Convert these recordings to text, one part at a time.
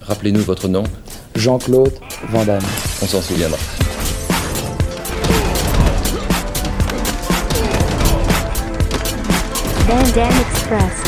Rappelez-nous votre nom. Jean-Claude Van Damme. On s'en souviendra. Van Damme Express.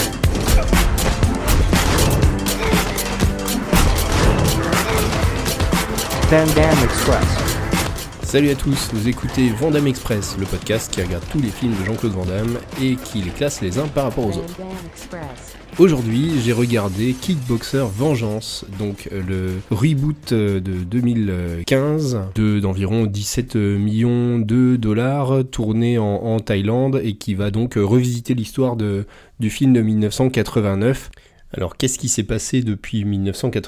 Van Damme Express. Salut à tous, vous écoutez Van Damme Express, le podcast qui regarde tous les films de Jean-Claude Van Damme et qui les classe les uns par rapport aux autres. Aujourd'hui, j'ai regardé Kickboxer Vengeance, donc le reboot de 2015 d'environ 17 millions de dollars, tourné en Thaïlande et qui va donc revisiter l'histoire du film de 1989. Alors, qu'est-ce qui s'est passé depuis 1989 ?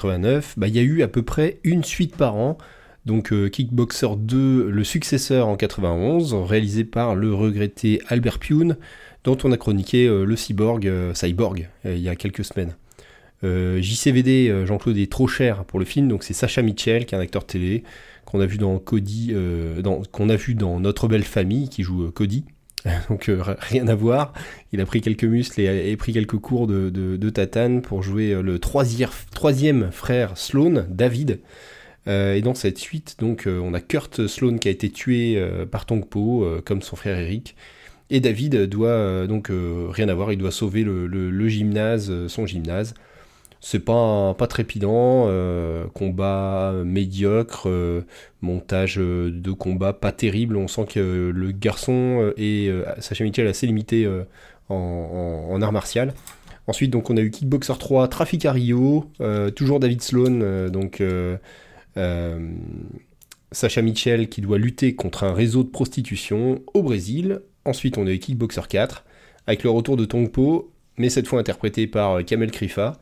Il y a eu à peu près une suite par an. Donc Kickboxer 2, le successeur en 91, réalisé par le regretté Albert Pyun, dont on a chroniqué le Cyborg il y a quelques semaines. JCVD, Jean-Claude est trop cher pour le film, donc c'est Sacha Mitchell, qui est un acteur télé, qu'on a vu dans Cody, qu'on a vu dans Notre Belle Famille, qui joue Cody. Donc rien à voir, il a pris quelques muscles et pris quelques cours de tatane pour jouer le troisième frère Sloan, David. Et dans cette suite, donc, on a Kurt Sloan qui a été tué par Tong Po, comme son frère Eric. Et David doit rien à voir, il doit sauver le gymnase, son gymnase. C'est pas trépidant, combat médiocre, montage de combat pas terrible. On sent que le garçon et Sacha Mitchell assez limité en art martial. Ensuite, donc, on a eu Kickboxer 3, Trafic à Rio, toujours David Sloan, Sacha Mitchell qui doit lutter contre un réseau de prostitution au Brésil. Ensuite, on a eu Kickboxer 4 avec le retour de Tong Po, mais cette fois interprété par Kamel Krifa.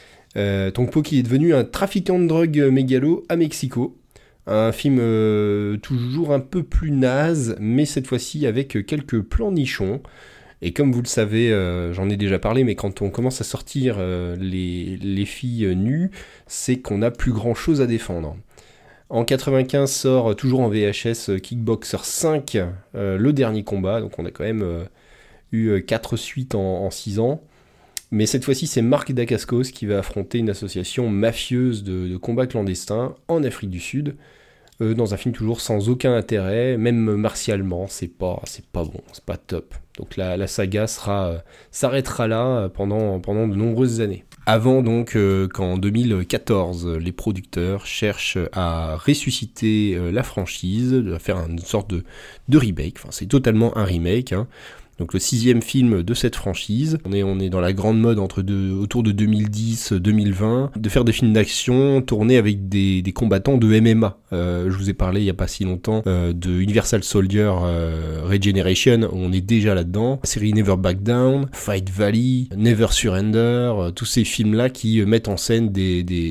Tong Po qui est devenu un trafiquant de drogue mégalo à Mexico. Un film toujours un peu plus naze, mais cette fois-ci avec quelques plans nichons. Et comme vous le savez, j'en ai déjà parlé, mais quand on commence à sortir les filles nues, c'est qu'on n'a plus grand-chose à défendre. En 95 sort toujours en VHS Kickboxer 5, le dernier combat, donc on a quand même eu 4 suites en 6 ans. Mais cette fois-ci, c'est Marc Dacascos qui va affronter une association mafieuse de combat clandestin en Afrique du Sud, dans un film toujours sans aucun intérêt, même martialement, c'est pas bon, c'est pas top. Donc la saga s'arrêtera là pendant de nombreuses années. Avant donc qu'en 2014, les producteurs cherchent à ressusciter la franchise, à faire une sorte de remake, enfin c'est totalement un remake, hein. Donc le 6e film de cette franchise, on est dans la grande mode autour de 2010-2020, de faire des films d'action tournés avec des combattants de MMA. Je vous ai parlé il n'y a pas si longtemps de Universal Soldier Regeneration, on est déjà là-dedans. La série Never Back Down, Fight Valley, Never Surrender, tous ces films-là qui mettent en scène des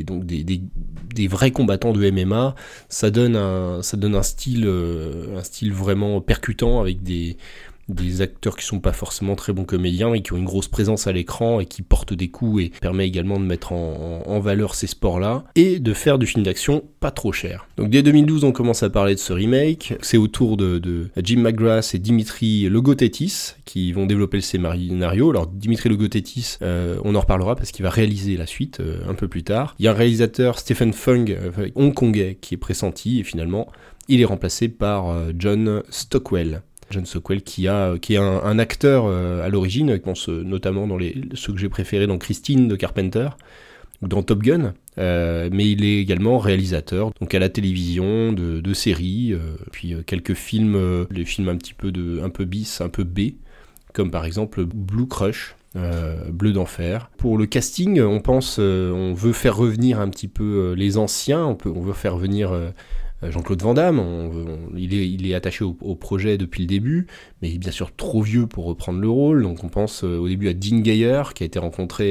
vrais combattants de MMA. Ça donne un style vraiment percutant avec des acteurs qui sont pas forcément très bons comédiens mais qui ont une grosse présence à l'écran et qui portent des coups et permet également de mettre en valeur ces sports-là et de faire du film d'action pas trop cher. Donc dès 2012 on commence à parler de ce remake, c'est autour de Jim McGrath et Dimitri Logothetis qui vont développer le scénario. Alors Dimitri Logothetis, on en reparlera parce qu'il va réaliser la suite un peu plus tard. Il y a un réalisateur Stephen Fung, hongkongais, qui est pressenti et finalement il est remplacé par John Stockwell. John Stockwell qui est un acteur à l'origine, je pense notamment dans ceux que j'ai préférés dans Christine de Carpenter, ou dans Top Gun, mais il est également réalisateur, donc à la télévision, de séries, puis quelques films, des films un peu bis, un peu B, comme par exemple Blue Crush, Bleu d'enfer. Pour le casting, on veut faire revenir un petit peu les anciens, on veut faire revenir Jean-Claude Van Damme, il est attaché au projet depuis le début, mais il est bien sûr trop vieux pour reprendre le rôle, donc on pense au début à Dean Geyer, qui a été rencontré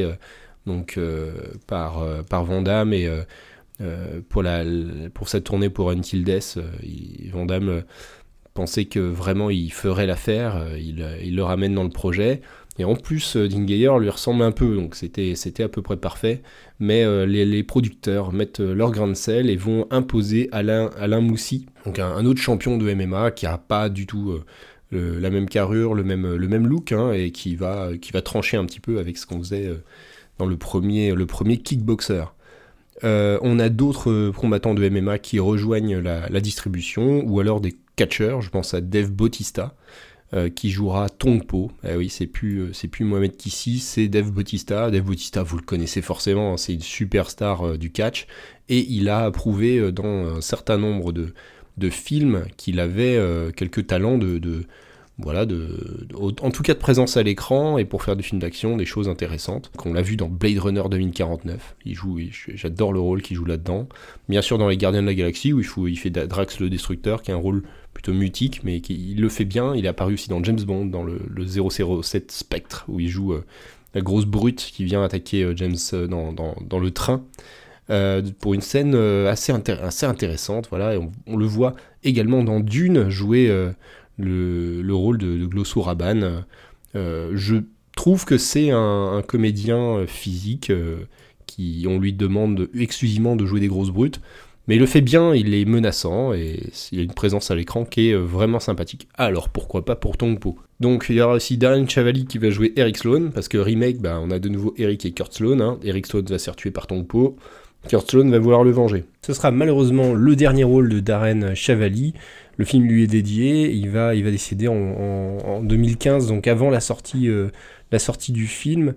par Van Damme, et pour sa tournée pour Until Death, Van Damme pensait que vraiment il ferait l'affaire, il le ramène dans le projet. Et en plus, Dean Geyer lui ressemble un peu, donc c'était à peu près parfait. Mais les producteurs mettent leur grain de sel et vont imposer Alain Moussi, donc un autre champion de MMA qui n'a pas du tout la même carrure, le même look, hein, et qui va trancher un petit peu avec ce qu'on faisait dans le premier Kickboxer. On a d'autres combattants de MMA qui rejoignent la distribution, ou alors des catcheurs, je pense à Dave Bautista, qui jouera Tongpo. Oui, c'est plus Mohamed Kissi, c'est Dave Bautista. Dave Bautista, vous le connaissez forcément, hein, c'est une superstar du catch, et il a prouvé dans un certain nombre de films qu'il avait quelques talents en tout cas de présence à l'écran, et pour faire des films d'action, des choses intéressantes. On l'a vu dans Blade Runner 2049, j'adore le rôle qu'il joue là-dedans. Bien sûr dans Les Gardiens de la Galaxie, où il fait Drax le Destructeur, qui est un rôle plutôt mutique, mais il le fait bien. Il est apparu aussi dans James Bond, dans le 007 Spectre, où il joue la grosse brute qui vient attaquer James dans le train. Pour une scène assez intéressante, voilà, et on le voit également dans Dune jouer le rôle de Glossu Raban. Je trouve que c'est un comédien physique qui on lui demande exclusivement de jouer des grosses brutes, mais il le fait bien, il est menaçant et il a une présence à l'écran qui est vraiment sympathique. Alors pourquoi pas pour Tongpo. Donc il y aura aussi Darren Chavali qui va jouer Eric Sloan, parce que remake, on a de nouveau Eric et Kurt Sloan, hein. Eric Sloan va se faire tuer par Tongpo, Kurt Sloan va vouloir le venger. Ce sera malheureusement le dernier rôle de Darren Chavali. Le film lui est dédié, il va décéder en 2015, donc avant la sortie du film.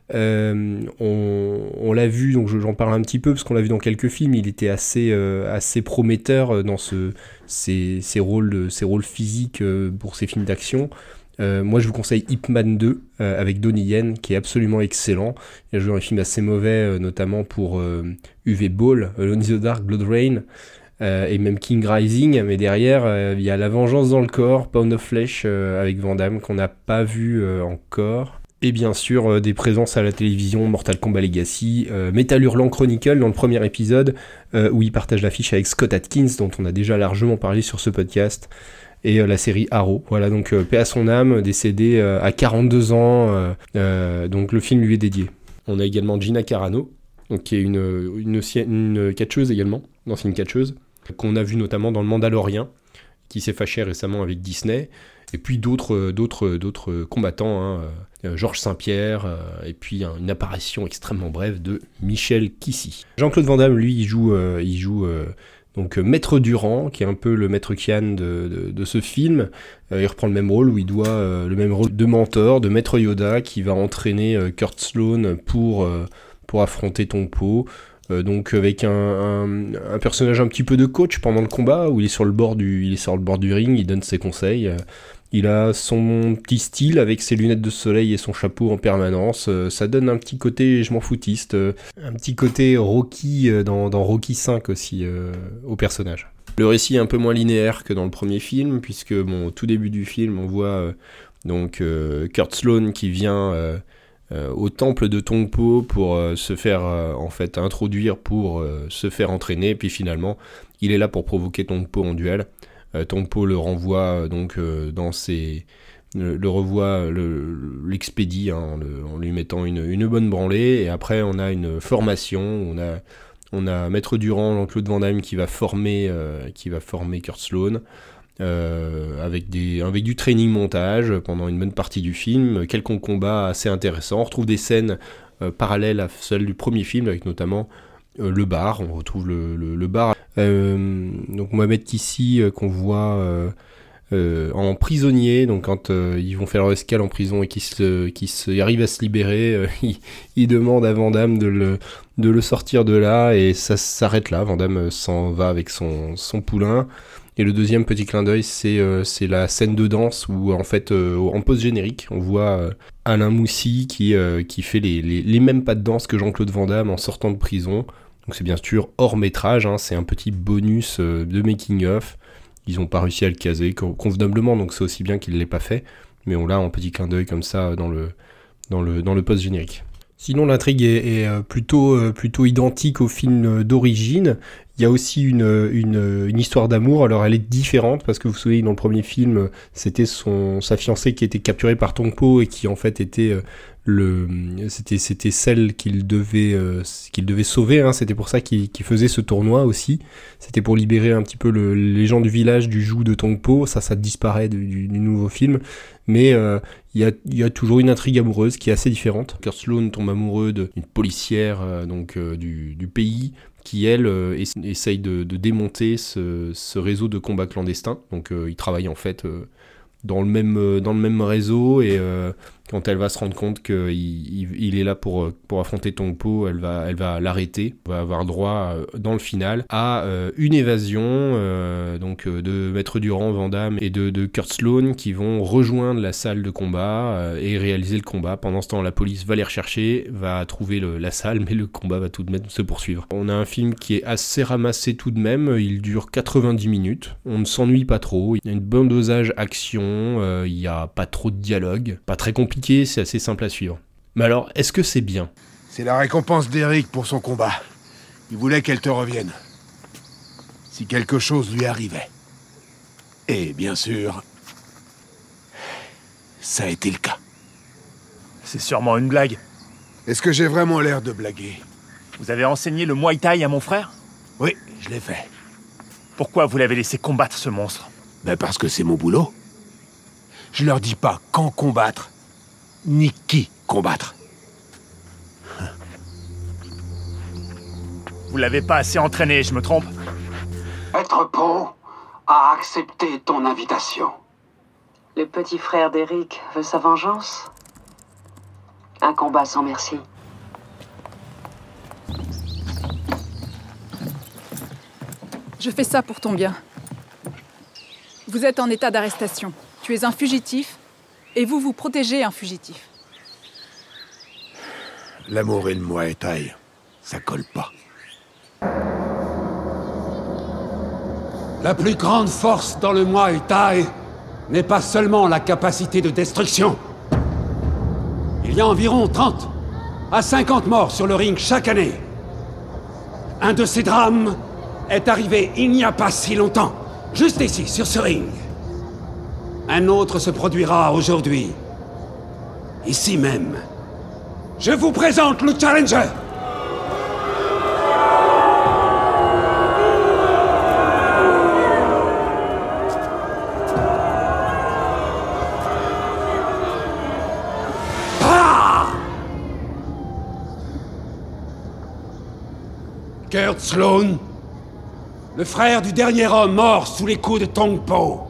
On l'a vu, donc j'en parle un petit peu parce qu'on l'a vu dans quelques films. Il était assez prometteur dans ses rôles physiques pour ses films d'action. Moi je vous conseille Ip Man 2 avec Donnie Yen, qui est absolument excellent. Il a joué dans des films assez mauvais, notamment pour UV Ball, Alone in the Dark, Blood Rain, et même King Rising, mais derrière il y a La Vengeance dans le corps, Pound of Flesh avec Van Damme, qu'on n'a pas vu encore. Et bien sûr, des présences à la télévision, Mortal Kombat Legacy, Metal Hurlant Chronicle dans le premier épisode, où il partage l'affiche avec Scott Adkins, dont on a déjà largement parlé sur ce podcast, et la série Arrow. Voilà, donc paix à son âme, décédé à 42 ans, donc le film lui est dédié. On a également Gina Carano, donc, qui est une catcheuse également, une ancienne catcheuse, qu'on a vu notamment dans Le Mandalorien, qui s'est fâché récemment avec Disney, et puis d'autres combattants, hein, Georges Saint-Pierre, et puis une apparition extrêmement brève de Michel Kissi. Jean-Claude Van Damme, lui, il joue donc Maître Durand, qui est un peu le Maître Kian de ce film. Il reprend le même rôle, où il doit le même rôle de mentor, de Maître Yoda, qui va entraîner Kurt Sloan pour affronter Tongpo. Donc avec un personnage un petit peu de coach pendant le combat, où il est sur le bord du ring, il donne ses conseils. Il a son petit style avec ses lunettes de soleil et son chapeau en permanence. Ça donne un petit côté je m'en foutiste, un petit côté Rocky dans Rocky 5 aussi au personnage. Le récit est un peu moins linéaire que dans le premier film, puisque au tout début du film, on voit Kurt Sloan qui vient au temple de Tongpo pour se faire introduire, pour se faire entraîner, puis finalement il est là pour provoquer Tongpo en duel. Tongpo le renvoie l'expédie, hein, en lui mettant une bonne branlée, et après on a une formation, on a Maître Durand, Jean-Claude Van Damme qui va former Kurt Sloan, avec du training montage pendant une bonne partie du film, quelques combats assez intéressants. On retrouve des scènes parallèles à celles du premier film, avec notamment le bar. On retrouve le bar. Donc Mohamed Kissi, qu'on voit en prisonnier, donc quand ils vont faire leur escale en prison et qu'ils arrivent à se libérer, il demande à Van Damme de le sortir de là, et ça s'arrête là. Van Damme s'en va avec son poulain. Et le deuxième petit clin d'œil, c'est la scène de danse où, en fait, en post-générique, on voit Alain Moussy qui fait les mêmes pas de danse que Jean-Claude Van Damme en sortant de prison. Donc c'est bien sûr hors métrage, hein, c'est un petit bonus de making-of. Ils n'ont pas réussi à le caser convenablement, donc c'est aussi bien qu'ils ne l'aient pas fait. Mais on l'a en petit clin d'œil comme ça dans le post-générique. Sinon, l'intrigue est plutôt identique au film d'origine. Il y a aussi une histoire d'amour. Alors elle est différente, parce que vous vous souvenez, dans le premier film, c'était sa fiancée qui était capturée par Tongpo, et qui en fait était c'était celle qu'il devait sauver, hein. C'était pour ça qu'il faisait ce tournoi aussi. C'était pour libérer un petit peu les gens du village du joug de Tongpo. Ça disparaît du nouveau film, mais il y a toujours une intrigue amoureuse qui est assez différente. Kurt Sloan tombe amoureux d'une policière du pays, qui elle essaye de démonter ce réseau de combat clandestin. Donc ils travaillent en fait dans le même réseau, et quand elle va se rendre compte qu'il est là pour affronter Tong Po, elle va l'arrêter. On va avoir droit dans le final à une évasion donc de Maître Durand, Van Damme et de Kurt Sloan, qui vont rejoindre la salle de combat et réaliser le combat. Pendant ce temps, la police va les rechercher, va trouver la salle, mais le combat va tout de même se poursuivre. On a un film qui est assez ramassé tout de même, il dure 90 minutes, on ne s'ennuie pas trop, il y a une bonne dosage action, il n'y a pas trop de dialogue, pas très compliqué, c'est assez simple à suivre. Mais alors, est-ce que c'est bien ? C'est la récompense d'Eric pour son combat. Il voulait qu'elle te revienne. Si quelque chose lui arrivait. Et bien sûr, ça a été le cas. C'est sûrement une blague. Est-ce que j'ai vraiment l'air de blaguer ? Vous avez enseigné le Muay Thai à mon frère ? Oui, je l'ai fait. Pourquoi vous l'avez laissé combattre ce monstre ? Ben parce que c'est mon boulot. Je leur dis pas quand combattre, ni qui combattre. Vous l'avez pas assez entraîné, je me trompe ? Maître Po a accepté ton invitation. Le petit frère d'Eric veut sa vengeance ? Un combat sans merci. Je fais ça pour ton bien. Vous êtes en état d'arrestation. Tu es un fugitif, et vous protégez un fugitif. L'amour et le Muay Thai, ça colle pas. La plus grande force dans le Muay Thai n'est pas seulement la capacité de destruction. Il y a environ 30 à 50 morts sur le ring chaque année. Un de ces drames est arrivé il n'y a pas si longtemps, juste ici, sur ce ring. Un autre se produira aujourd'hui, ici même. Je vous présente le challenger. Kurt Sloan, le frère du dernier homme mort sous les coups de Tong Po.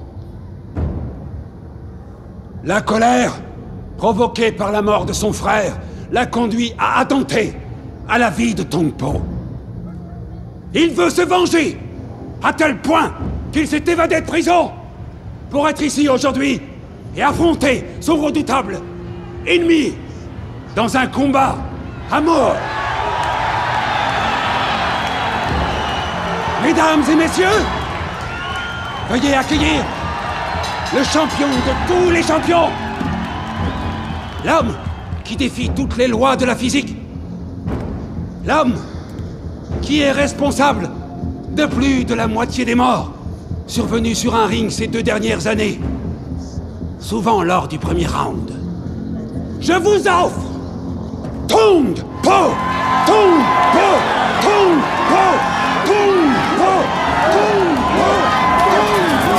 La colère, provoquée par la mort de son frère, l'a conduit à attenter à la vie de Tong Po. Il veut se venger, à tel point qu'il s'est évadé de prison pour être ici aujourd'hui et affronter son redoutable ennemi dans un combat à mort. Mesdames et messieurs, veuillez accueillir le champion de tous les champions, l'homme qui défie toutes les lois de la physique, l'homme qui est responsable de plus de la moitié des morts survenus sur un ring ces 2 dernières années, souvent lors du premier round. Je vous offre Tong Po, Tong Po, Tong Po, Tong Po, Tong Po, Tong Po.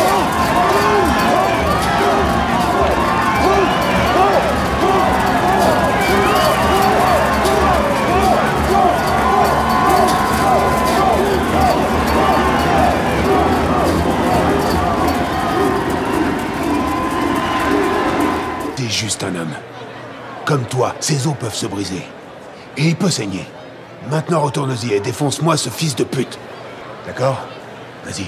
T'es juste un homme. Comme toi, ses os peuvent se briser. Et il peut saigner. Maintenant, retourne-y et défonce-moi ce fils de pute. D'accord ? Vas-y.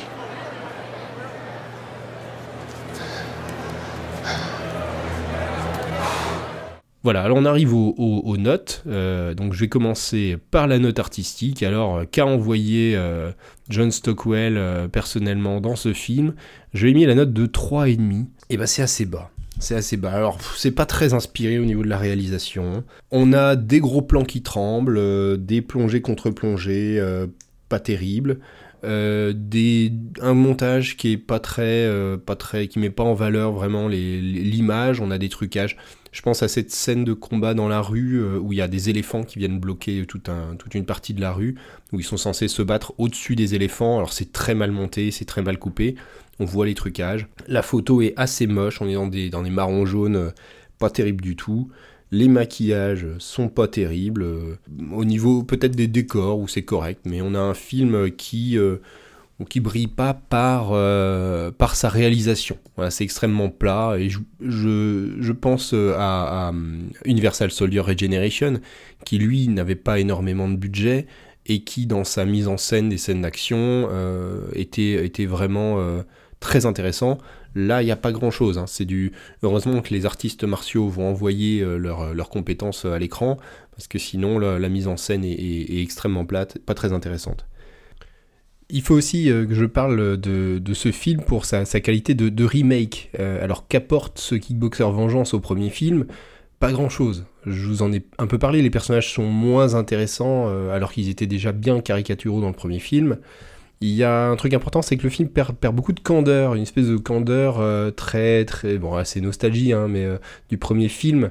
Voilà, alors on arrive aux notes. Donc je vais commencer par la note artistique. Alors, qu'a envoyé John Stockwell personnellement dans ce film ? Je lui ai mis la note de 3,5. Et ben c'est assez bas. C'est assez bas. Alors, c'est pas très inspiré au niveau de la réalisation. On a des gros plans qui tremblent, des plongées contre plongées, pas terribles. Un montage qui est pas très, qui met pas en valeur vraiment l'image. On a des trucages. Je pense à cette scène de combat dans la rue où il y a des éléphants qui viennent bloquer toute une partie de la rue, où ils sont censés se battre au-dessus des éléphants. Alors c'est très mal monté, c'est très mal coupé. On voit les trucages. La photo est assez moche, on est dans des marrons jaunes, pas terrible du tout. Les maquillages sont pas terribles. Au niveau peut-être des décors, où c'est correct, mais on a un film qui brille pas par sa réalisation. Voilà, c'est extrêmement plat, et je pense à Universal Soldier Regeneration, qui lui n'avait pas énormément de budget, et qui dans sa mise en scène des scènes d'action était vraiment très intéressant. Là, il n'y a pas grand-chose. Hein. Heureusement que les artistes martiaux vont envoyer leurs compétences à l'écran, parce que sinon, la mise en scène est extrêmement plate, pas très intéressante. Il faut aussi que je parle de ce film pour sa qualité de remake. Alors, qu'apporte ce Kickboxer Vengeance au premier film ? Pas grand-chose. Je vous en ai un peu parlé, les personnages sont moins intéressants, alors qu'ils étaient déjà bien caricaturaux dans le premier film. Il y a un truc important, c'est que le film perd beaucoup de candeur, une espèce de candeur très, très... Bon, là, c'est nostalgie, hein, mais du premier film.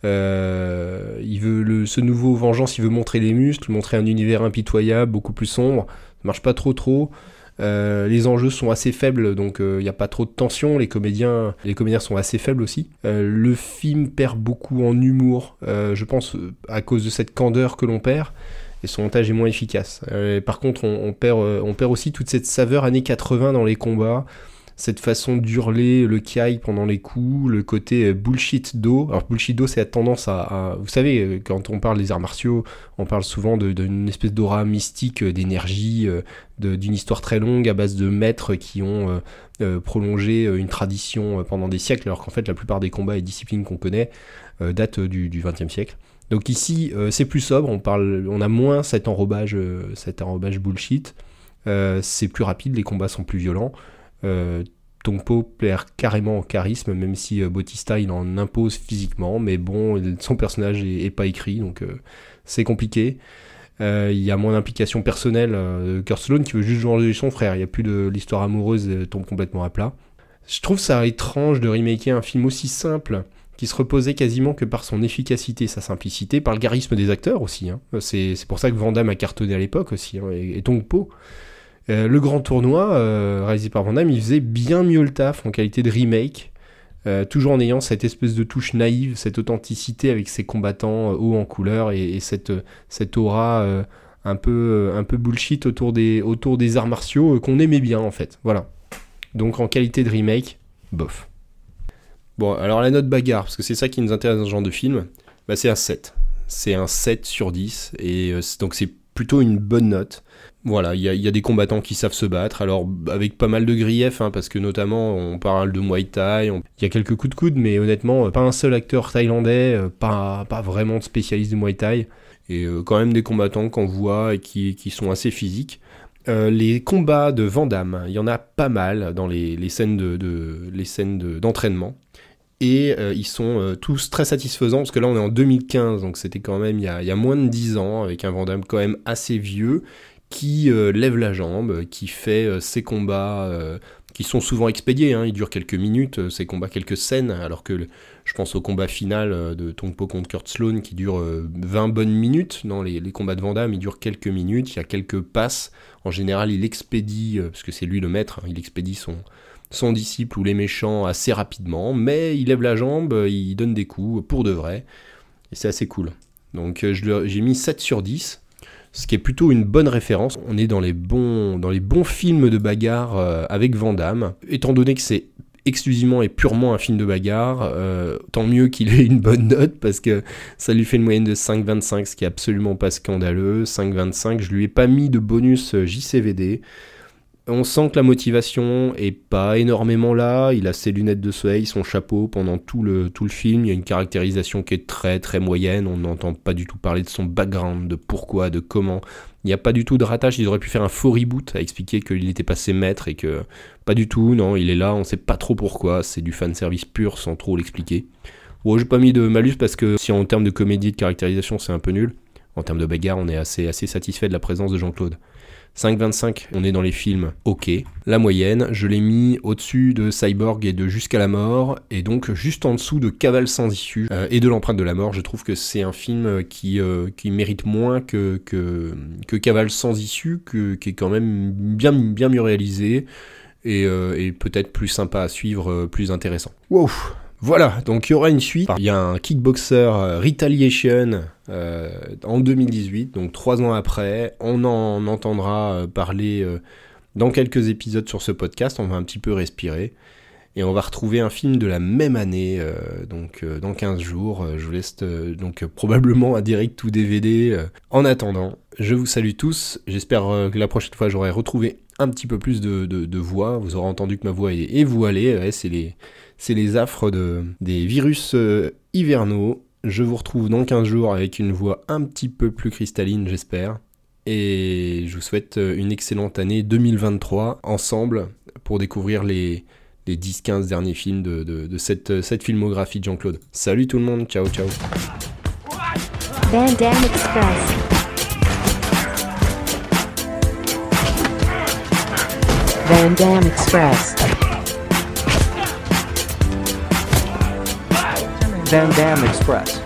Ce nouveau Vengeance, il veut montrer les muscles, montrer un univers impitoyable, beaucoup plus sombre. Ça marche pas trop. Les enjeux sont assez faibles, donc il n'y a pas trop de tension. Les comédiens sont assez faibles aussi. Le film perd beaucoup en humour, je pense, à cause de cette candeur que l'on perd. Et son montage est moins efficace. Par contre, on perd aussi toute cette saveur années 80 dans les combats, cette façon d'hurler le kiai pendant les coups, le côté bullshit do. Alors bullshit do, c'est la tendance à... Vous savez, quand on parle des arts martiaux, on parle souvent d'une espèce d'aura mystique, d'énergie, d'une histoire très longue à base de maîtres qui ont prolongé une tradition pendant des siècles, alors qu'en fait la plupart des combats et disciplines qu'on connaît datent du XXe siècle. Donc ici, c'est plus sobre, on a moins cet enrobage bullshit, c'est plus rapide, les combats sont plus violents. Tongpo perd carrément en charisme, même si Bautista il en impose physiquement, mais bon, son personnage est pas écrit, donc c'est compliqué. Il y a moins d'implication personnelle de Kurt Sloan qui veut juste venger son frère, il n'y a plus de l'histoire amoureuse tombe complètement à plat. Je trouve ça étrange de remaker un film aussi simple, qui se reposait quasiment que par son efficacité, sa simplicité, par le charisme des acteurs aussi. Hein. C'est pour ça que Van Damme a cartonné à l'époque aussi, hein, et Tongpo. Le grand tournoi, réalisé par Van Damme, il faisait bien mieux le taf en qualité de remake, toujours en ayant cette espèce de touche naïve, cette authenticité avec ses combattants hauts en couleur, et cette aura un peu bullshit autour des arts martiaux qu'on aimait bien en fait. Voilà. Donc en qualité de remake, bof. Bon, alors la note bagarre, parce que c'est ça qui nous intéresse dans ce genre de film, bah c'est un 7. C'est un 7 sur 10, et donc c'est plutôt une bonne note. Voilà, il y a des combattants qui savent se battre, alors avec pas mal de griefs, hein, parce que notamment on parle de Muay Thai, il y a quelques coups de coude, mais honnêtement, pas un seul acteur thaïlandais, pas vraiment de spécialiste du Muay Thai, et quand même des combattants qu'on voit et qui sont assez physiques. Les combats de Van Damme, il y en a pas mal dans les scènes d'entraînement. Et ils sont tous très satisfaisants, parce que là on est en 2015, donc c'était quand même il y a moins de 10 ans, avec un Van Damme quand même assez vieux, qui lève la jambe, qui fait ses combats qui sont souvent expédiés, hein, ils durent quelques minutes, ces combats, quelques scènes, alors que je pense au combat final de Tongpo contre Kurt Sloan qui dure 20 bonnes minutes. Non, les combats de Van Damme, ils durent quelques minutes, il y a quelques passes. En général, il expédie, parce que c'est lui le maître, hein, il expédie son disciple ou les méchants assez rapidement, mais il lève la jambe, il donne des coups pour de vrai, et c'est assez cool. Donc j'ai mis 7 sur 10, ce qui est plutôt une bonne référence. On est dans les bons films de bagarre avec Van Damme, étant donné que c'est exclusivement et purement un film de bagarre, tant mieux qu'il ait une bonne note, parce que ça lui fait une moyenne de 5,25, ce qui est absolument pas scandaleux. 5,25, je lui ai pas mis de bonus JCVD. On sent que la motivation est pas énormément là, il a ses lunettes de soleil, son chapeau pendant tout le film, il y a une caractérisation qui est très très moyenne, on n'entend pas du tout parler de son background, de pourquoi, de comment, il n'y a pas du tout de rattache, ils auraient pu faire un faux reboot à expliquer qu'il n'était pas ses maîtres et que pas du tout, non, il est là, on sait pas trop pourquoi, c'est du fanservice pur sans trop l'expliquer. Bon, j'ai pas mis de malus parce que si en termes de comédie, de caractérisation c'est un peu nul, en termes de bagarre on est assez satisfait de la présence de Jean-Claude. 5,25, on est dans les films, ok. La moyenne, je l'ai mis au-dessus de Cyborg et de Jusqu'à la mort, et donc juste en dessous de Cavale sans issue et de L'empreinte de la mort. Je trouve que c'est un film qui mérite moins que Cavale sans issue, qui est quand même bien mieux réalisé, et peut-être plus sympa à suivre, plus intéressant. Wow. Voilà, donc il y aura une suite. Il y a un Kickboxer Retaliation en 2018, donc 3 ans après. On en entendra parler dans quelques épisodes sur ce podcast. On va un petit peu respirer. Et on va retrouver un film de la même année, donc dans 15 jours. Je vous laisse donc probablement un direct ou DVD. En attendant, je vous salue tous. J'espère que la prochaine fois, j'aurai retrouvé un petit peu plus de voix. Vous aurez entendu que ma voix est voilée. Ouais, c'est les affres des virus hivernaux. Je vous retrouve dans 15 jours avec une voix un petit peu plus cristalline, j'espère. Et je vous souhaite une excellente année 2023 ensemble pour découvrir les 10-15 derniers films de cette filmographie de Jean-Claude. Salut tout le monde, ciao ciao. Van Damme Express. Van Damme Express. Van Damme Express.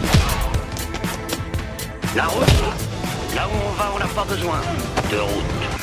La route. Là où on va, on n'a pas besoin de route.